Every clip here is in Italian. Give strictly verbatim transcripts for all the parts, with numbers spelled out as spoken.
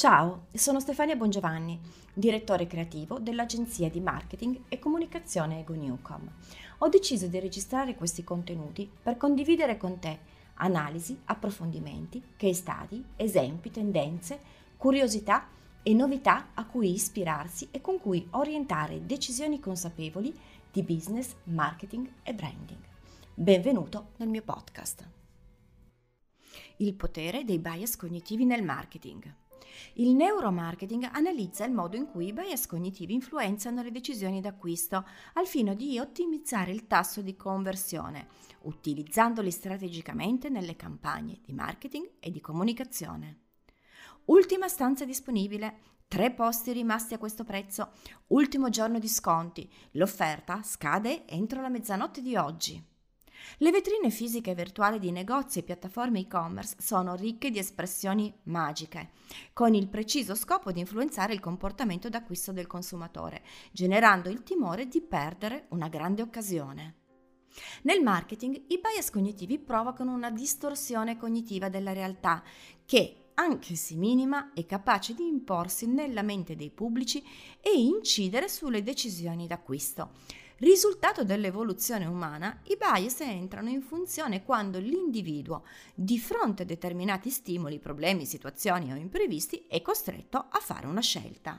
Ciao, sono Stefania Bongiovanni, direttore creativo dell'agenzia di marketing e comunicazione Ego Newcom. Ho deciso di registrare questi contenuti per condividere con te analisi, approfondimenti, case study, esempi, tendenze, curiosità e novità a cui ispirarsi e con cui orientare decisioni consapevoli di business, marketing e branding. Benvenuto nel mio podcast. Il potere dei bias cognitivi nel marketing. Il neuromarketing analizza il modo in cui i bias cognitivi influenzano le decisioni d'acquisto al fine di ottimizzare il tasso di conversione, utilizzandoli strategicamente nelle campagne di marketing e di comunicazione. Ultima stanza disponibile, tre posti rimasti a questo prezzo, ultimo giorno di sconti, l'offerta scade entro la mezzanotte di oggi. Le vetrine fisiche e virtuali di negozi e piattaforme e-commerce sono ricche di espressioni magiche, con il preciso scopo di influenzare il comportamento d'acquisto del consumatore, generando il timore di perdere una grande occasione. Nel marketing, i bias cognitivi provocano una distorsione cognitiva della realtà che, anche se minima, è capace di imporsi nella mente dei pubblici e incidere sulle decisioni d'acquisto. Risultato dell'evoluzione umana, i bias entrano in funzione quando l'individuo, di fronte a determinati stimoli, problemi, situazioni o imprevisti, è costretto a fare una scelta.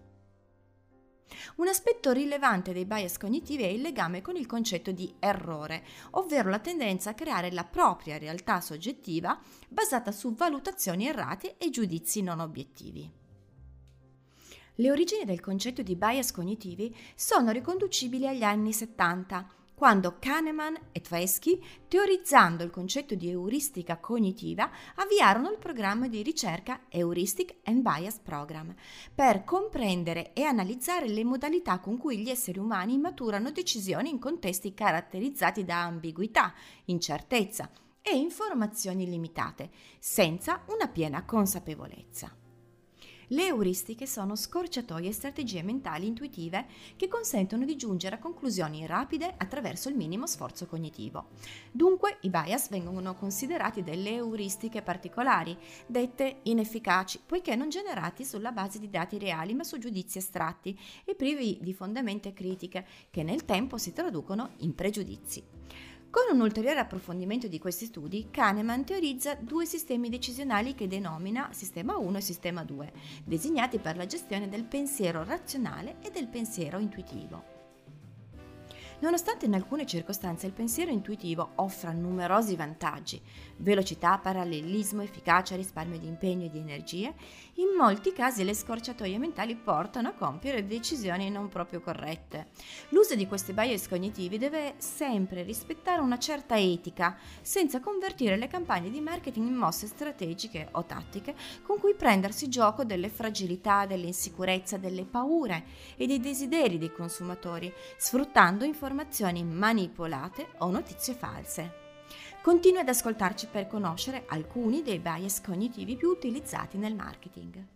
Un aspetto rilevante dei bias cognitivi è il legame con il concetto di errore, ovvero la tendenza a creare la propria realtà soggettiva basata su valutazioni errate e giudizi non obiettivi. Le origini del concetto di bias cognitivi sono riconducibili agli anni settanta, quando Kahneman e Tversky, teorizzando il concetto di euristica cognitiva, avviarono il programma di ricerca Heuristic and Bias Program per comprendere e analizzare le modalità con cui gli esseri umani maturano decisioni in contesti caratterizzati da ambiguità, incertezza e informazioni limitate, senza una piena consapevolezza. Le euristiche sono scorciatoie e strategie mentali intuitive che consentono di giungere a conclusioni rapide attraverso il minimo sforzo cognitivo. Dunque, i bias vengono considerati delle euristiche particolari, dette inefficaci, poiché non generati sulla base di dati reali ma su giudizi astratti e privi di fondamenta critiche, che nel tempo si traducono in pregiudizi. Con un ulteriore approfondimento di questi studi, Kahneman teorizza due sistemi decisionali che denomina Sistema uno e Sistema due, designati per la gestione del pensiero razionale e del pensiero intuitivo. Nonostante in alcune circostanze il pensiero intuitivo offra numerosi vantaggi, velocità, parallelismo, efficacia, risparmio di impegno e di energie, in molti casi le scorciatoie mentali portano a compiere decisioni non proprio corrette. L'uso di questi bias cognitivi deve sempre rispettare una certa etica, senza convertire le campagne di marketing in mosse strategiche o tattiche con cui prendersi gioco delle fragilità, dell'insicurezza, delle paure e dei desideri dei consumatori, sfruttando informazioni informazioni manipolate o notizie false. Continua ad ascoltarci per conoscere alcuni dei bias cognitivi più utilizzati nel marketing.